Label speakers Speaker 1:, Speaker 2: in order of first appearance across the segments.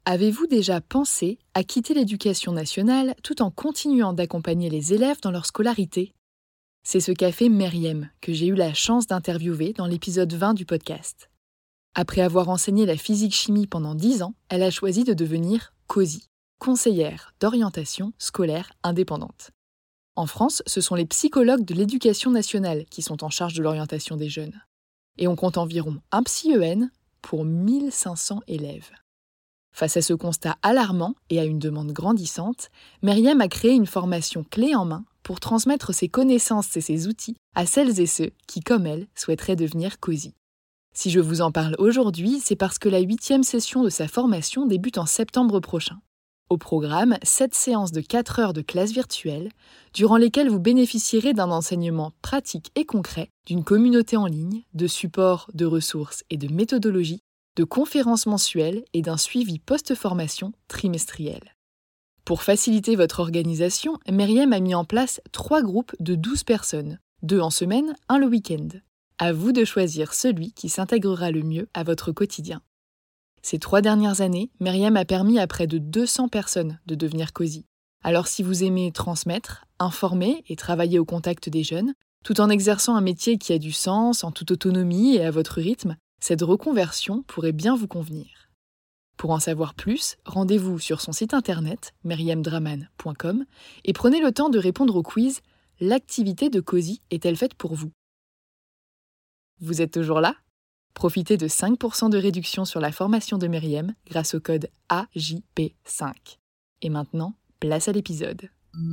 Speaker 1: Avez-vous déjà pensé à quitter l'éducation nationale tout en continuant d'accompagner les élèves dans leur scolarité ? C'est ce qu'a fait Myriam, que j'ai eu la chance d'interviewer dans l'épisode 20 du podcast. Après avoir enseigné la physique-chimie pendant 10 ans, elle a choisi de devenir COSI, conseillère d'orientation scolaire indépendante. En France, ce sont les psychologues de l'éducation nationale qui sont en charge de l'orientation des jeunes. Et on compte environ un psy-EN pour 1500 élèves. Face à ce constat alarmant et à une demande grandissante, Myriam a créé une formation clé en main pour transmettre ses connaissances et ses outils à celles et ceux qui, comme elle, souhaiteraient devenir COSI. Si je vous en parle aujourd'hui, c'est parce que la 8e session de sa formation débute en septembre prochain. Au programme, 7 séances de 4 heures de classe virtuelle, durant lesquelles vous bénéficierez d'un enseignement pratique et concret, d'une communauté en ligne, de supports, de ressources et de méthodologies, de conférences mensuelles et d'un suivi post-formation trimestriel. Pour faciliter votre organisation, Myriam a mis en place 3 groupes de 12 personnes, 2 en semaine, 1 le week-end. À vous de choisir celui qui s'intégrera le mieux à votre quotidien. Ces 3 dernières années, Myriam a permis à près de 200 personnes de devenir COSI. Alors si vous aimez transmettre, informer et travailler au contact des jeunes, tout en exerçant un métier qui a du sens, en toute autonomie et à votre rythme, cette reconversion pourrait bien vous convenir. Pour en savoir plus, rendez-vous sur son site internet myriamdraman.com et prenez le temps de répondre au quiz « L'activité de COSI est-elle faite pour vous ?» Vous êtes toujours là ? Profitez de 5% de réduction sur la formation de Myriam grâce au code AJP5. Et maintenant, place à l'épisode.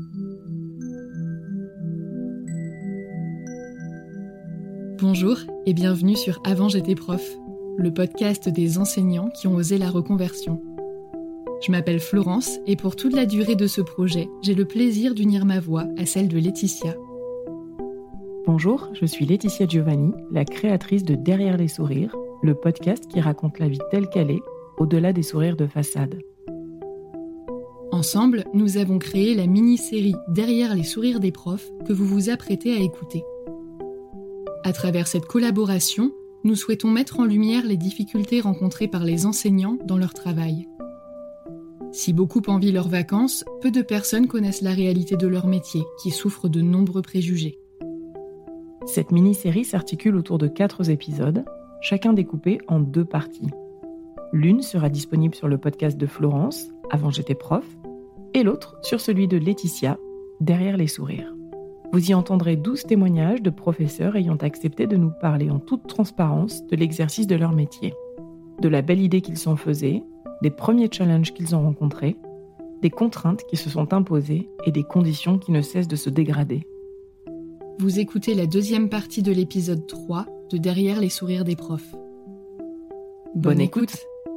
Speaker 1: Bonjour et bienvenue sur Avant j'étais prof, le podcast des enseignants qui ont osé la reconversion. Je m'appelle Florence et pour toute la durée de ce projet, j'ai le plaisir d'unir ma voix à celle de Laetitia.
Speaker 2: Bonjour, je suis Laetitia Giovanni, la créatrice de Derrière les sourires, le podcast qui raconte la vie telle qu'elle est, au-delà des sourires de façade.
Speaker 1: Ensemble, nous avons créé la mini-série Derrière les sourires des profs que vous vous apprêtez à écouter. À travers cette collaboration, nous souhaitons mettre en lumière les difficultés rencontrées par les enseignants dans leur travail. Si beaucoup envient leurs vacances, peu de personnes connaissent la réalité de leur métier, qui souffre de nombreux préjugés.
Speaker 2: Cette mini-série s'articule autour de 4 épisodes, chacun découpé en 2 parties. L'une sera disponible sur le podcast de Florence, Avant j'étais prof, et l'autre sur celui de Laetitia, Derrière les sourires. Vous y entendrez 12 témoignages de professeurs ayant accepté de nous parler en toute transparence de l'exercice de leur métier, de la belle idée qu'ils s'en faisaient, des premiers challenges qu'ils ont rencontrés, des contraintes qui se sont imposées et des conditions qui ne cessent de se dégrader.
Speaker 1: Vous écoutez la 2e partie de l'épisode 3 de Derrière les sourires des profs. Bonne écoute.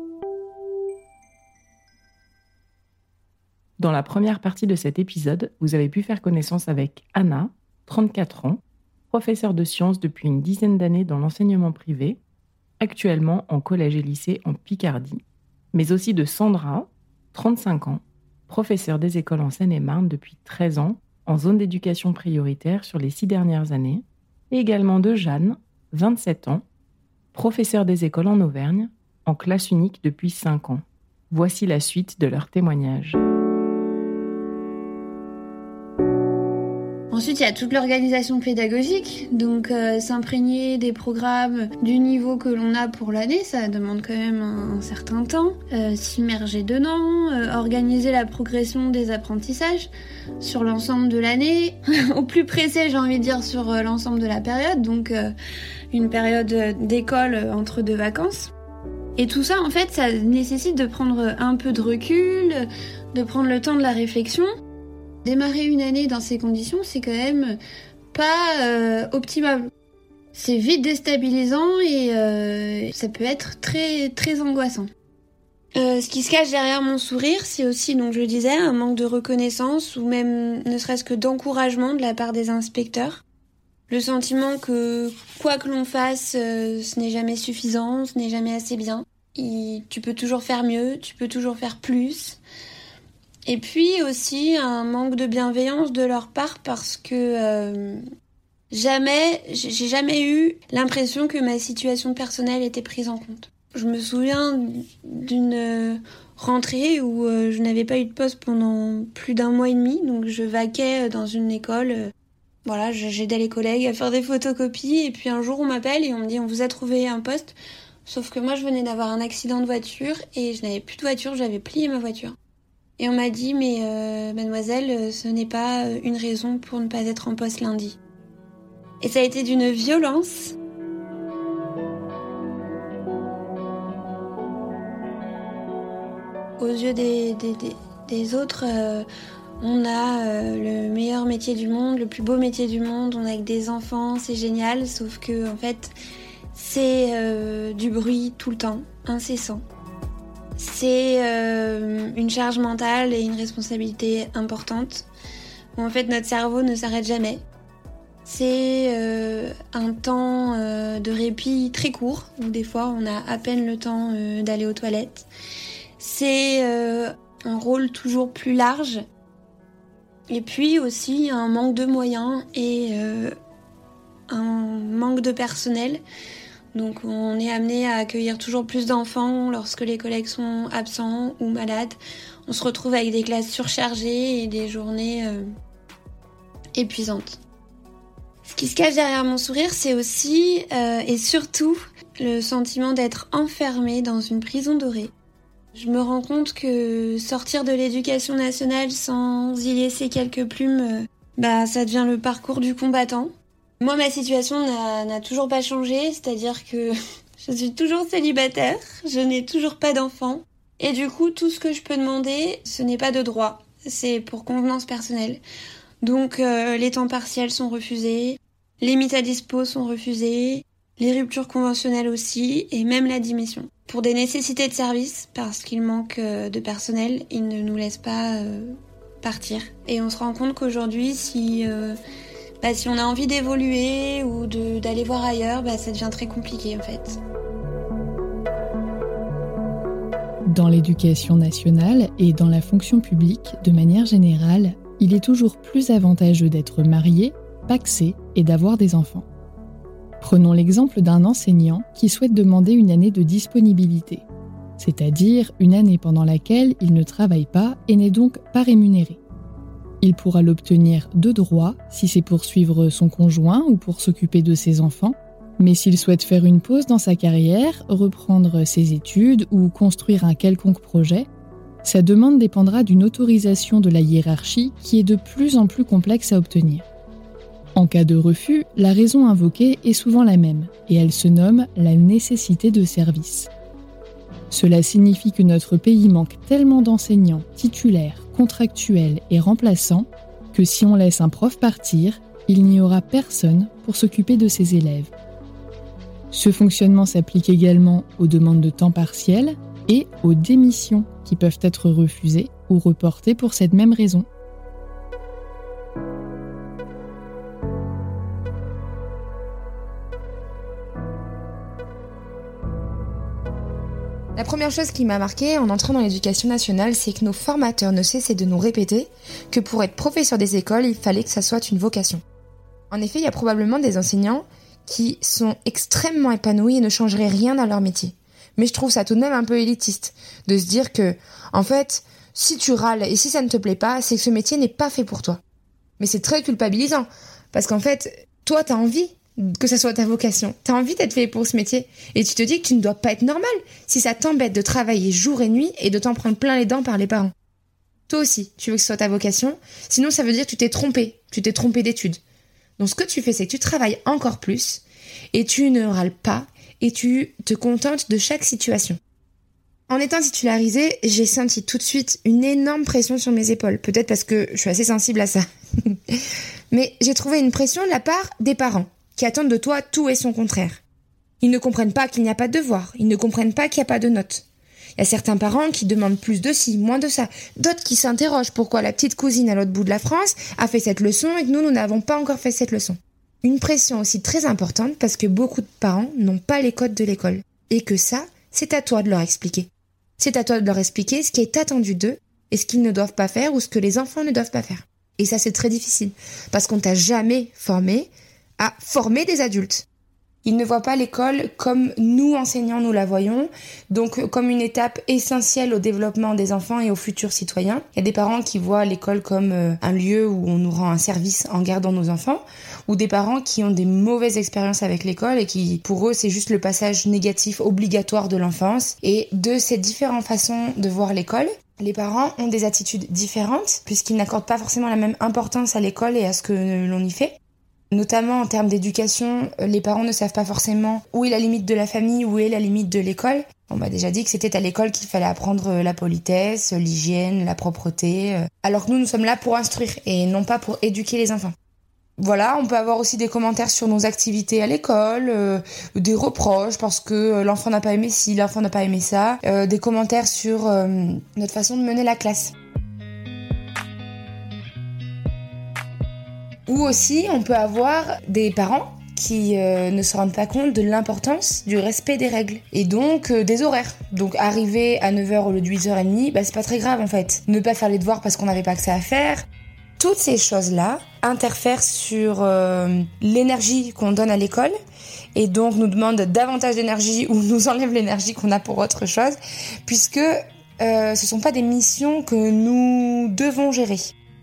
Speaker 2: Dans la première partie de cet épisode, vous avez pu faire connaissance avec Anna, 34 ans, professeure de sciences depuis une dizaine d'années dans l'enseignement privé, actuellement en collège et lycée en Picardie, mais aussi de Sandra, 35 ans, professeure des écoles en Seine-et-Marne depuis 13 ans, en zone d'éducation prioritaire sur les 6 dernières années, et également de Jeanne, 27 ans, professeure des écoles en Auvergne, en classe unique depuis 5 ans. Voici la suite de leur témoignage.
Speaker 3: Ensuite, il y a toute l'organisation pédagogique, donc s'imprégner des programmes du niveau que l'on a pour l'année, ça demande quand même un certain temps. S'immerger dedans, organiser la progression des apprentissages sur l'ensemble de l'année, au plus pressé j'ai envie de dire sur l'ensemble de la période, donc une période d'école entre 2 vacances. Et tout ça en fait ça nécessite de prendre un peu de recul, de prendre le temps de la réflexion. Démarrer une année dans ces conditions, c'est quand même pas optimal. C'est vite déstabilisant et ça peut être très très angoissant. Ce qui se cache derrière mon sourire, c'est aussi, donc je disais, un manque de reconnaissance ou même ne serait-ce que d'encouragement de la part des inspecteurs. Le sentiment que quoi que l'on fasse, ce n'est jamais suffisant, ce n'est jamais assez bien. Tu peux toujours faire mieux, tu peux toujours faire plus. Et puis aussi un manque de bienveillance de leur part parce que j'ai jamais eu l'impression que ma situation personnelle était prise en compte. Je me souviens d'une rentrée où je n'avais pas eu de poste pendant plus d'1 mois et demi, donc je vaquais dans une école. Voilà, j'aidais les collègues à faire des photocopies, et puis un jour on m'appelle et on me dit on vous a trouvé un poste, sauf que moi je venais d'avoir un accident de voiture et je n'avais plus de voiture, j'avais plié ma voiture. Et on m'a dit mais mademoiselle, ce n'est pas une raison pour ne pas être en poste lundi. Et ça a été d'une violence. Aux yeux des autres, on a le meilleur métier du monde, le plus beau métier du monde, on a que des enfants, c'est génial, sauf que en fait, c'est du bruit tout le temps, incessant. C'est une charge mentale et une responsabilité importante, où en fait notre cerveau ne s'arrête jamais. C'est un temps de répit très court, où des fois on a à peine le temps d'aller aux toilettes. C'est un rôle toujours plus large. Et puis aussi un manque de moyens et un manque de personnel. Donc on est amené à accueillir toujours plus d'enfants lorsque les collègues sont absents ou malades. On se retrouve avec des classes surchargées et des journées épuisantes. Ce qui se cache derrière mon sourire, c'est aussi et surtout le sentiment d'être enfermé dans une prison dorée. Je me rends compte que sortir de l'éducation nationale sans y laisser quelques plumes, ça devient le parcours du combattant. Moi, ma situation n'a toujours pas changé, c'est-à-dire que je suis toujours célibataire, je n'ai toujours pas d'enfant. Et du coup, tout ce que je peux demander, ce n'est pas de droit, c'est pour convenance personnelle. Donc, les temps partiels sont refusés, les mises à dispo sont refusées, les ruptures conventionnelles aussi, et même la démission. Pour des nécessités de service, parce qu'il manque de personnel, ils ne nous laissent pas partir. Et on se rend compte qu'aujourd'hui, si on a envie d'évoluer ou d'aller voir ailleurs, ça devient très compliqué en fait.
Speaker 1: Dans l'éducation nationale et dans la fonction publique, de manière générale, il est toujours plus avantageux d'être marié, pacsé et d'avoir des enfants. Prenons l'exemple d'un enseignant qui souhaite demander une année de disponibilité, c'est-à-dire une année pendant laquelle il ne travaille pas et n'est donc pas rémunéré. Il pourra l'obtenir de droit si c'est pour suivre son conjoint ou pour s'occuper de ses enfants, mais s'il souhaite faire une pause dans sa carrière, reprendre ses études ou construire un quelconque projet, sa demande dépendra d'une autorisation de la hiérarchie qui est de plus en plus complexe à obtenir. En cas de refus, la raison invoquée est souvent la même, et elle se nomme la nécessité de service. Cela signifie que notre pays manque tellement d'enseignants, titulaires, contractuels et remplaçants, que si on laisse un prof partir, il n'y aura personne pour s'occuper de ses élèves. Ce fonctionnement s'applique également aux demandes de temps partiel et aux démissions qui peuvent être refusées ou reportées pour cette même raison.
Speaker 4: La première chose qui m'a marquée en entrant dans l'éducation nationale, c'est que nos formateurs ne cessaient de nous répéter que pour être professeur des écoles, il fallait que ça soit une vocation. En effet, il y a probablement des enseignants qui sont extrêmement épanouis et ne changeraient rien dans leur métier. Mais je trouve ça tout de même un peu élitiste de se dire que, en fait, si tu râles et si ça ne te plaît pas, c'est que ce métier n'est pas fait pour toi. Mais c'est très culpabilisant, parce qu'en fait, toi, t'as envie que ça soit ta vocation. T'as envie d'être fait pour ce métier. Et tu te dis que tu ne dois pas être normal si ça t'embête de travailler jour et nuit et de t'en prendre plein les dents par les parents. Toi aussi, tu veux que ce soit ta vocation, sinon ça veut dire que tu t'es trompé d'études. Donc ce que tu fais, c'est que tu travailles encore plus et tu ne râles pas et tu te contentes de chaque situation. En étant titularisée, j'ai senti tout de suite une énorme pression sur mes épaules. Peut-être parce que je suis assez sensible à ça. Mais j'ai trouvé une pression de la part des parents qui attendent de toi tout et son contraire. Ils ne comprennent pas qu'il n'y a pas de devoir. Ils ne comprennent pas qu'il n'y a pas de notes. Il y a certains parents qui demandent plus de ci, moins de ça. D'autres qui s'interrogent pourquoi la petite cousine à l'autre bout de la France a fait cette leçon et que nous n'avons pas encore fait cette leçon. Une pression aussi très importante parce que beaucoup de parents n'ont pas les codes de l'école. Et que ça, c'est à toi de leur expliquer. C'est à toi de leur expliquer ce qui est attendu d'eux et ce qu'ils ne doivent pas faire ou ce que les enfants ne doivent pas faire. Et ça, c'est très difficile parce qu'on t'a jamais formé à former des adultes. Ils ne voient pas l'école comme nous, enseignants, nous la voyons, donc comme une étape essentielle au développement des enfants et aux futurs citoyens. Il y a des parents qui voient l'école comme un lieu où on nous rend un service en gardant nos enfants, ou des parents qui ont des mauvaises expériences avec l'école et qui, pour eux, c'est juste le passage négatif obligatoire de l'enfance. Et de ces différentes façons de voir l'école, les parents ont des attitudes différentes, puisqu'ils n'accordent pas forcément la même importance à l'école et à ce que l'on y fait. Notamment en termes d'éducation, les parents ne savent pas forcément où est la limite de la famille, où est la limite de l'école. On m'a déjà dit que c'était à l'école qu'il fallait apprendre la politesse, l'hygiène, la propreté, alors que nous sommes là pour instruire et non pas pour éduquer les enfants. Voilà, on peut avoir aussi des commentaires sur nos activités à l'école, des reproches parce que l'enfant n'a pas aimé ci, l'enfant n'a pas aimé ça, des commentaires sur notre façon de mener la classe. Ou aussi, on peut avoir des parents qui ne se rendent pas compte de l'importance du respect des règles et donc des horaires. Donc arriver à 9h au lieu de 8h30, c'est pas très grave en fait. Ne pas faire les devoirs parce qu'on n'avait pas que ça à faire. Toutes ces choses-là interfèrent sur l'énergie qu'on donne à l'école et donc nous demandent davantage d'énergie ou nous enlèvent l'énergie qu'on a pour autre chose puisque ce sont pas des missions que nous devons gérer.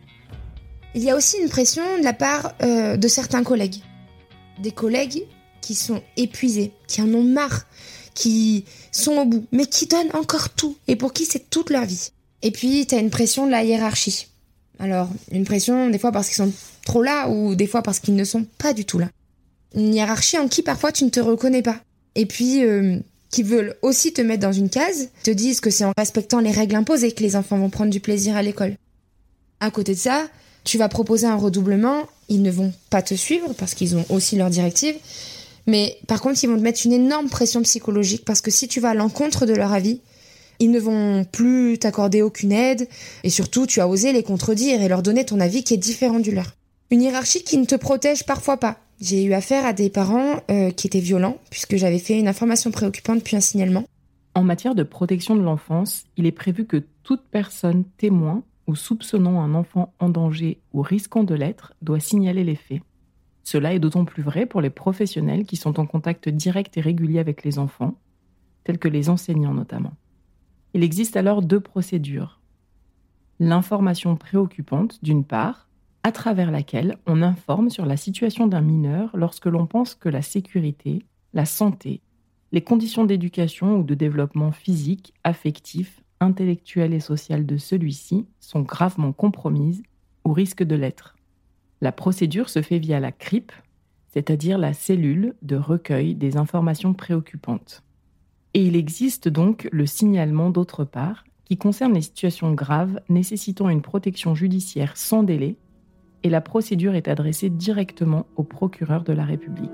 Speaker 4: Il y a aussi une pression de la part de certains collègues. Des collègues qui sont épuisés, qui en ont marre, qui sont au bout, mais qui donnent encore tout, et pour qui c'est toute leur vie. Et puis, t'as une pression de la hiérarchie. Alors, une pression des fois parce qu'ils sont trop là, ou des fois parce qu'ils ne sont pas du tout là. Une hiérarchie en qui parfois tu ne te reconnais pas. Et puis, qui veulent aussi te mettre dans une case, te disent que c'est en respectant les règles imposées que les enfants vont prendre du plaisir à l'école. À côté de ça, tu vas proposer un redoublement, ils ne vont pas te suivre parce qu'ils ont aussi leurs directives, mais par contre, ils vont te mettre une énorme pression psychologique parce que si tu vas à l'encontre de leur avis, ils ne vont plus t'accorder aucune aide et surtout, tu as osé les contredire et leur donner ton avis qui est différent du leur. Une hiérarchie qui ne te protège parfois pas. J'ai eu affaire à des parents qui étaient violents puisque j'avais fait une information préoccupante puis un signalement.
Speaker 2: En matière de protection de l'enfance, il est prévu que toute personne témoin ou soupçonnant un enfant en danger ou risquant de l'être doit signaler les faits. Cela est d'autant plus vrai pour les professionnels qui sont en contact direct et régulier avec les enfants, tels que les enseignants notamment. Il existe alors 2 procédures. L'information préoccupante, d'une part, à travers laquelle on informe sur la situation d'un mineur lorsque l'on pense que la sécurité, la santé, les conditions d'éducation ou de développement physique, affectif, intellectuelle et sociale de celui-ci sont gravement compromises ou risquent de l'être. La procédure se fait via la CRIP, c'est-à-dire la cellule de recueil des informations préoccupantes. Et il existe donc le signalement d'autre part, qui concerne les situations graves nécessitant une protection judiciaire sans délai, et la procédure est adressée directement au procureur de la République.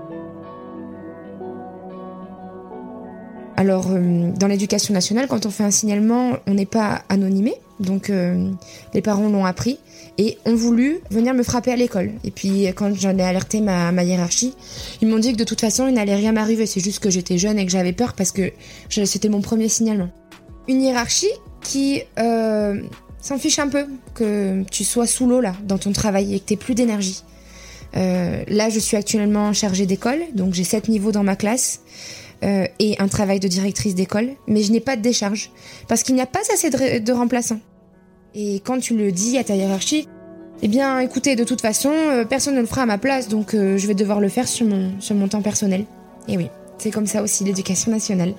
Speaker 4: Alors, dans l'éducation nationale, quand on fait un signalement, on n'est pas anonymé. Donc, les parents l'ont appris et ont voulu venir me frapper à l'école. Et puis, quand j'en ai alerté ma hiérarchie, ils m'ont dit que de toute façon, il n'allait rien m'arriver. C'est juste que j'étais jeune et que j'avais peur parce que c'était mon premier signalement. Une hiérarchie qui s'en fiche un peu que tu sois sous l'eau là, dans ton travail et que tu n'aies plus d'énergie. Là, je suis actuellement chargée d'école, donc j'ai 7 niveaux dans ma classe. Et un travail de directrice d'école, mais je n'ai pas de décharge, parce qu'il n'y a pas assez de remplaçants. Et quand tu le dis à ta hiérarchie, eh bien écoutez, de toute façon, personne ne le fera à ma place, donc je vais devoir le faire sur mon temps personnel. Et oui, c'est comme ça aussi l'éducation nationale.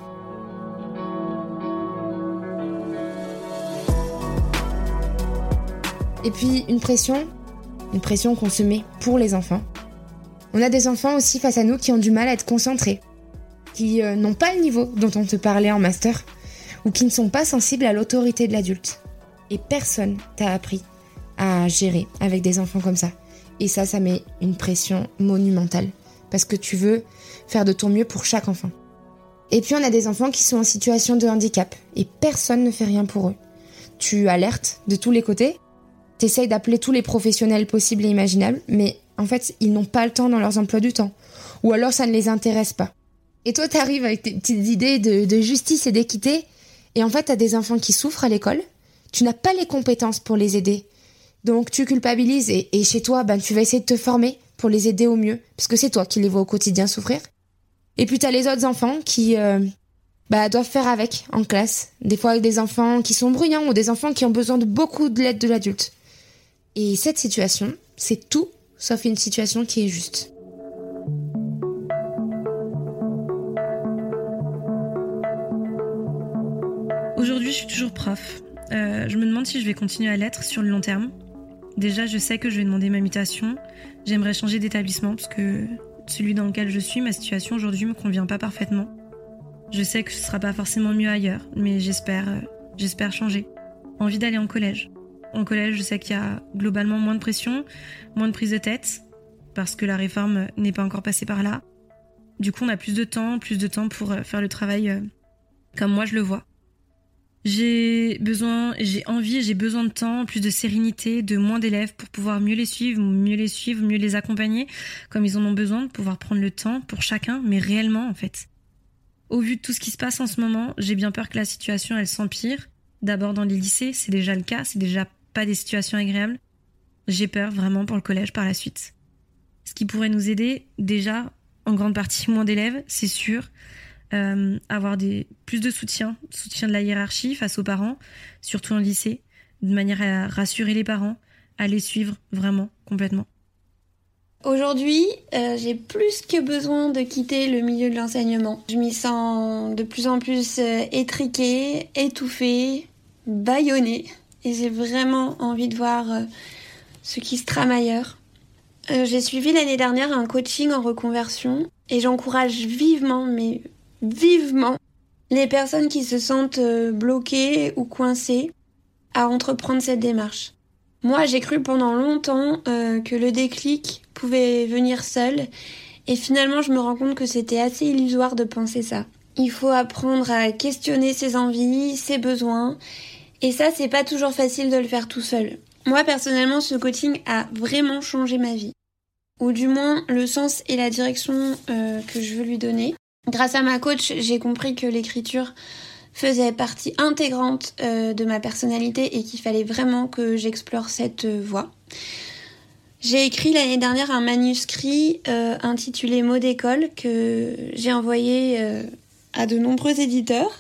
Speaker 4: Et puis une pression qu'on se met pour les enfants. On a des enfants aussi face à nous qui ont du mal à être concentrés, qui n'ont pas le niveau dont on te parlait en master, ou qui ne sont pas sensibles à l'autorité de l'adulte. Et personne t'a appris à gérer avec des enfants comme ça. Et ça met une pression monumentale, parce que tu veux faire de ton mieux pour chaque enfant. Et puis on a des enfants qui sont en situation de handicap, et personne ne fait rien pour eux. Tu alertes de tous les côtés, t'essayes d'appeler tous les professionnels possibles et imaginables, mais en fait, ils n'ont pas le temps dans leurs emplois du temps. Ou alors ça ne les intéresse pas. Et toi, t'arrives avec tes petites idées de justice et d'équité, et en fait, t'as des enfants qui souffrent à l'école, tu n'as pas les compétences pour les aider. Donc, tu culpabilises, et chez toi, tu vas essayer de te former pour les aider au mieux, parce que c'est toi qui les vois au quotidien souffrir. Et puis t'as les autres enfants qui doivent faire avec en classe. Des fois avec des enfants qui sont bruyants ou des enfants qui ont besoin de beaucoup de l'aide de l'adulte. Et cette situation, c'est tout sauf une situation qui est juste.
Speaker 5: Aujourd'hui, je suis toujours prof. Je me demande si je vais continuer à l'être sur le long terme. Déjà, je sais que je vais demander ma mutation. J'aimerais changer d'établissement parce que celui dans lequel je suis, ma situation aujourd'hui me convient pas parfaitement. Je sais que ce sera pas forcément mieux ailleurs, mais j'espère changer. Envie d'aller en collège. En collège, je sais qu'il y a globalement moins de pression, moins de prise de tête, parce que la réforme n'est pas encore passée par là. Du coup, on a plus de temps pour faire le travail comme moi je le vois. J'ai besoin de temps, plus de sérénité, de moins d'élèves pour pouvoir mieux les suivre, mieux les accompagner, comme ils en ont besoin, de pouvoir prendre le temps pour chacun, mais réellement en fait. Au vu de tout ce qui se passe en ce moment, j'ai bien peur que la situation elle s'empire. D'abord dans les lycées, c'est déjà le cas, c'est déjà pas des situations agréables. J'ai peur vraiment pour le collège par la suite. Ce qui pourrait nous aider, déjà, en grande partie moins d'élèves, c'est sûr. Avoir plus de soutien de la hiérarchie face aux parents, surtout en lycée, de manière à rassurer les parents, à les suivre vraiment, complètement.
Speaker 3: Aujourd'hui, j'ai plus que besoin de quitter le milieu de l'enseignement. Je m'y sens de plus en plus étriquée, étouffée, bâillonnée, et j'ai vraiment envie de voir ce qui se trame ailleurs. J'ai suivi l'année dernière un coaching en reconversion, et j'encourage vivement les personnes qui se sentent bloquées ou coincées à entreprendre cette démarche. Moi, j'ai cru pendant longtemps que le déclic pouvait venir seul, et finalement, je me rends compte que c'était assez illusoire de penser ça. Il faut apprendre à questionner ses envies, ses besoins, et ça, c'est pas toujours facile de le faire tout seul. Moi, personnellement, ce coaching a vraiment changé ma vie, ou du moins le sens et la direction que je veux lui donner. Grâce à ma coach, j'ai compris que l'écriture faisait partie intégrante de ma personnalité et qu'il fallait vraiment que j'explore cette voie. J'ai écrit l'année dernière un manuscrit intitulé Mots d'école que j'ai envoyé à de nombreux éditeurs.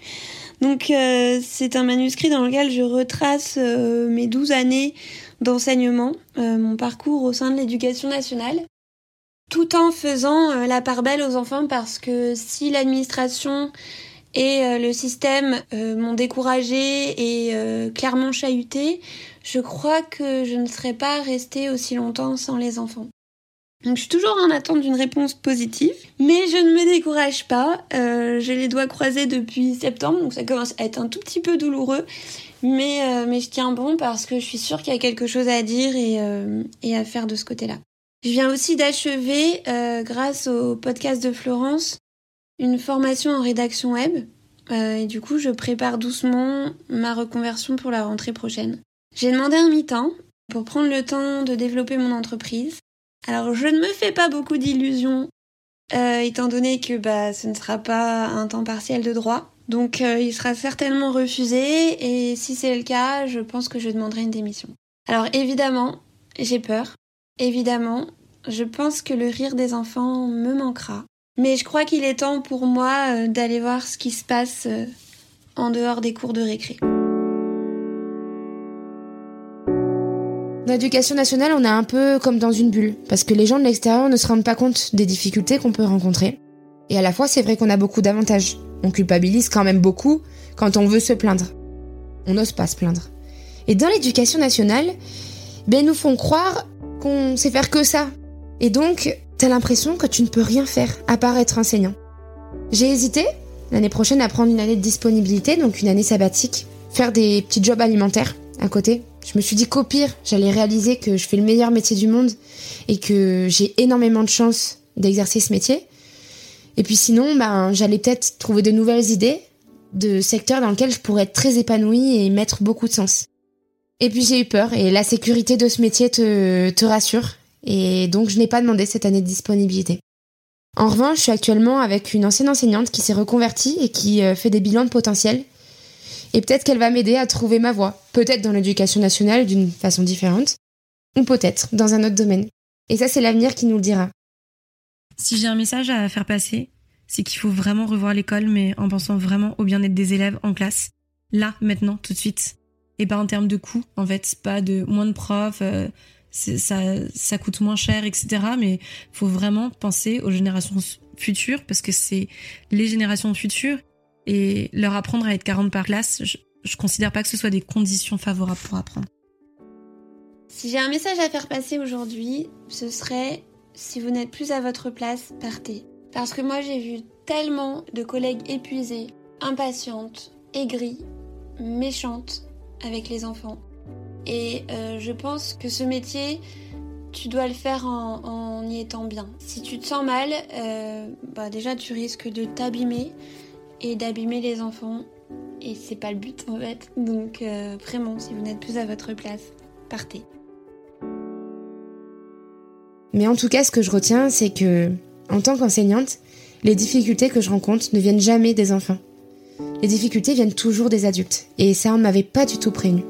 Speaker 3: Donc c'est un manuscrit dans lequel je retrace mes 12 années d'enseignement, mon parcours au sein de l'éducation nationale, tout en faisant la part belle aux enfants, parce que si l'administration et le système m'ont découragée et clairement chahutée, je crois que je ne serais pas restée aussi longtemps sans les enfants. Donc je suis toujours en attente d'une réponse positive, mais je ne me décourage pas. J'ai les doigts croisés depuis septembre, donc ça commence à être un tout petit peu douloureux, mais je tiens bon parce que je suis sûre qu'il y a quelque chose à dire et à faire de ce côté-là. Je viens aussi d'achever, grâce au podcast de Florence, une formation en rédaction web, et du coup je prépare doucement ma reconversion pour la rentrée prochaine. J'ai demandé un mi-temps pour prendre le temps de développer mon entreprise. Alors je ne me fais pas beaucoup d'illusions, étant donné que ce ne sera pas un temps partiel de droit, donc il sera certainement refusé, et si c'est le cas, je pense que je demanderai une démission. Alors évidemment, j'ai peur, évidemment, je pense que le rire des enfants me manquera. Mais je crois qu'il est temps pour moi d'aller voir ce qui se passe en dehors des cours de récré.
Speaker 4: Dans l'éducation nationale, on est un peu comme dans une bulle, parce que les gens de l'extérieur ne se rendent pas compte des difficultés qu'on peut rencontrer. Et à la fois, c'est vrai qu'on a beaucoup d'avantages. On culpabilise quand même beaucoup quand on veut se plaindre. On n'ose pas se plaindre. Et dans l'éducation nationale, ils nous font croire qu'on sait faire que ça. Et donc, t'as l'impression que tu ne peux rien faire à part être enseignant. J'ai hésité l'année prochaine à prendre une année de disponibilité, donc une année sabbatique, faire des petits jobs alimentaires à côté. Je me suis dit qu'au pire, j'allais réaliser que je fais le meilleur métier du monde et que j'ai énormément de chance d'exercer ce métier. Et puis sinon, j'allais peut-être trouver de nouvelles idées de secteurs dans lesquels je pourrais être très épanouie et mettre beaucoup de sens. Et puis j'ai eu peur, et la sécurité de ce métier te rassure. Et donc je n'ai pas demandé cette année de disponibilité. En revanche, je suis actuellement avec une ancienne enseignante qui s'est reconvertie et qui fait des bilans de potentiel. Et peut-être qu'elle va m'aider à trouver ma voie. Peut-être dans l'éducation nationale d'une façon différente, ou peut-être dans un autre domaine. Et ça, c'est l'avenir qui nous le dira.
Speaker 5: Si j'ai un message à faire passer, c'est qu'il faut vraiment revoir l'école, mais en pensant vraiment au bien-être des élèves en classe. Là, maintenant, tout de suite. Et pas en termes de coûts, en fait. Pas de moins de profs, ça coûte moins cher, etc. Mais faut vraiment penser aux générations futures, parce que c'est les générations futures, et leur apprendre à être 40 par classe, je considère pas que ce soit des conditions favorables pour apprendre.
Speaker 3: Si j'ai un message à faire passer aujourd'hui, ce serait: si vous n'êtes plus à votre place, partez. Parce que moi j'ai vu tellement de collègues épuisées, impatientes, aigries, méchantes avec les enfants. Et je pense que ce métier, tu dois le faire en y étant bien. Si tu te sens mal, déjà tu risques de t'abîmer et d'abîmer les enfants. Et c'est pas le but en fait. Donc vraiment, si vous n'êtes plus à votre place, partez.
Speaker 4: Mais en tout cas, ce que je retiens, c'est que, en tant qu'enseignante, les difficultés que je rencontre ne viennent jamais des enfants. Les difficultés viennent toujours des adultes. Et ça, on ne m'avait pas du tout prévenu.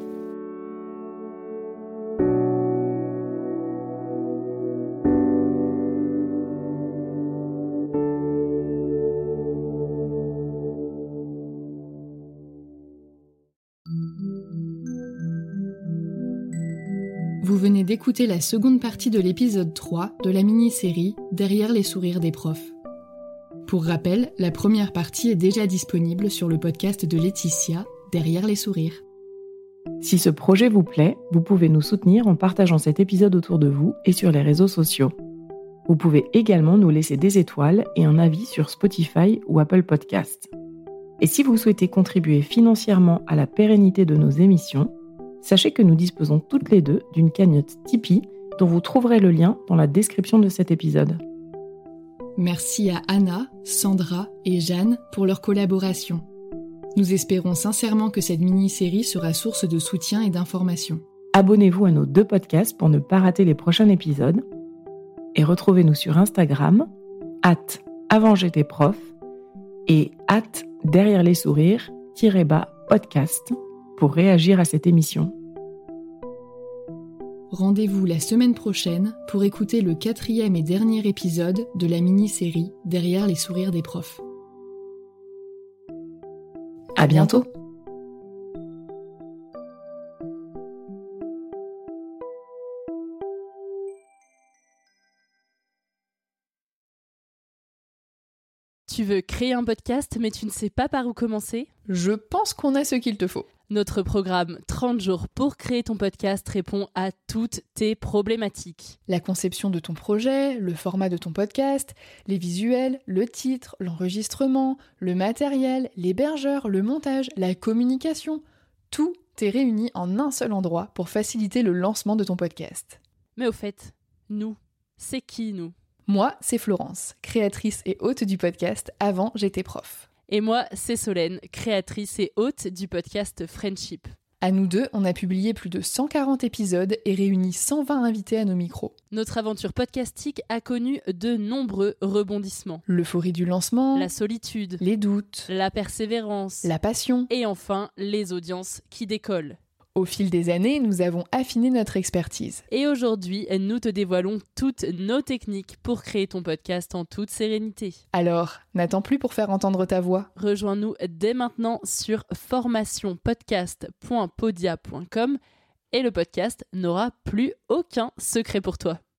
Speaker 1: Vous venez d'écouter la seconde partie de l'épisode 3 de la mini-série Derrière les sourires des profs. Pour rappel, la première partie est déjà disponible sur le podcast de Laetitia, Derrière les sourires.
Speaker 2: Si ce projet vous plaît, vous pouvez nous soutenir en partageant cet épisode autour de vous et sur les réseaux sociaux. Vous pouvez également nous laisser des étoiles et un avis sur Spotify ou Apple Podcasts. Et si vous souhaitez contribuer financièrement à la pérennité de nos émissions, sachez que nous disposons toutes les deux d'une cagnotte Tipeee dont vous trouverez le lien dans la description de cet épisode.
Speaker 1: Merci à Anna, Sandra et Jeanne pour leur collaboration. Nous espérons sincèrement que cette mini-série sera source de soutien et d'information.
Speaker 2: Abonnez-vous à nos 2 podcasts pour ne pas rater les prochains épisodes et retrouvez-nous sur Instagram @avantjtprof et @derrière-les-sourires_podcast pour réagir à cette émission.
Speaker 1: Rendez-vous la semaine prochaine pour écouter le 4e et dernier épisode de la mini-série Derrière les sourires des profs.
Speaker 2: À bientôt.
Speaker 6: Tu veux créer un podcast mais tu ne sais pas par où commencer ?
Speaker 1: Je pense qu'on a ce qu'il te faut.
Speaker 6: Notre programme 30 jours pour créer ton podcast répond à toutes tes problématiques.
Speaker 1: La conception de ton projet, le format de ton podcast, les visuels, le titre, l'enregistrement, le matériel, l'hébergeur, le montage, la communication, tout est réuni en un seul endroit pour faciliter le lancement de ton podcast.
Speaker 6: Mais au fait, nous, c'est qui nous ?
Speaker 1: Moi, c'est Florence, créatrice et hôte du podcast Avant j'étais prof.
Speaker 6: Et moi, c'est Solène, créatrice et hôte du podcast Friendship.
Speaker 1: À nous deux, on a publié plus de 140 épisodes et réuni 120 invités à nos micros.
Speaker 6: Notre aventure podcastique a connu de nombreux rebondissements.
Speaker 1: L'euphorie du lancement,
Speaker 6: la solitude,
Speaker 1: les doutes,
Speaker 6: la persévérance,
Speaker 1: la passion
Speaker 6: et enfin les audiences qui décollent.
Speaker 1: Au fil des années, nous avons affiné notre expertise.
Speaker 6: Et aujourd'hui, nous te dévoilons toutes nos techniques pour créer ton podcast en toute sérénité.
Speaker 1: Alors, n'attends plus pour faire entendre ta voix.
Speaker 6: Rejoins-nous dès maintenant sur formationpodcast.podia.com et le podcast n'aura plus aucun secret pour toi.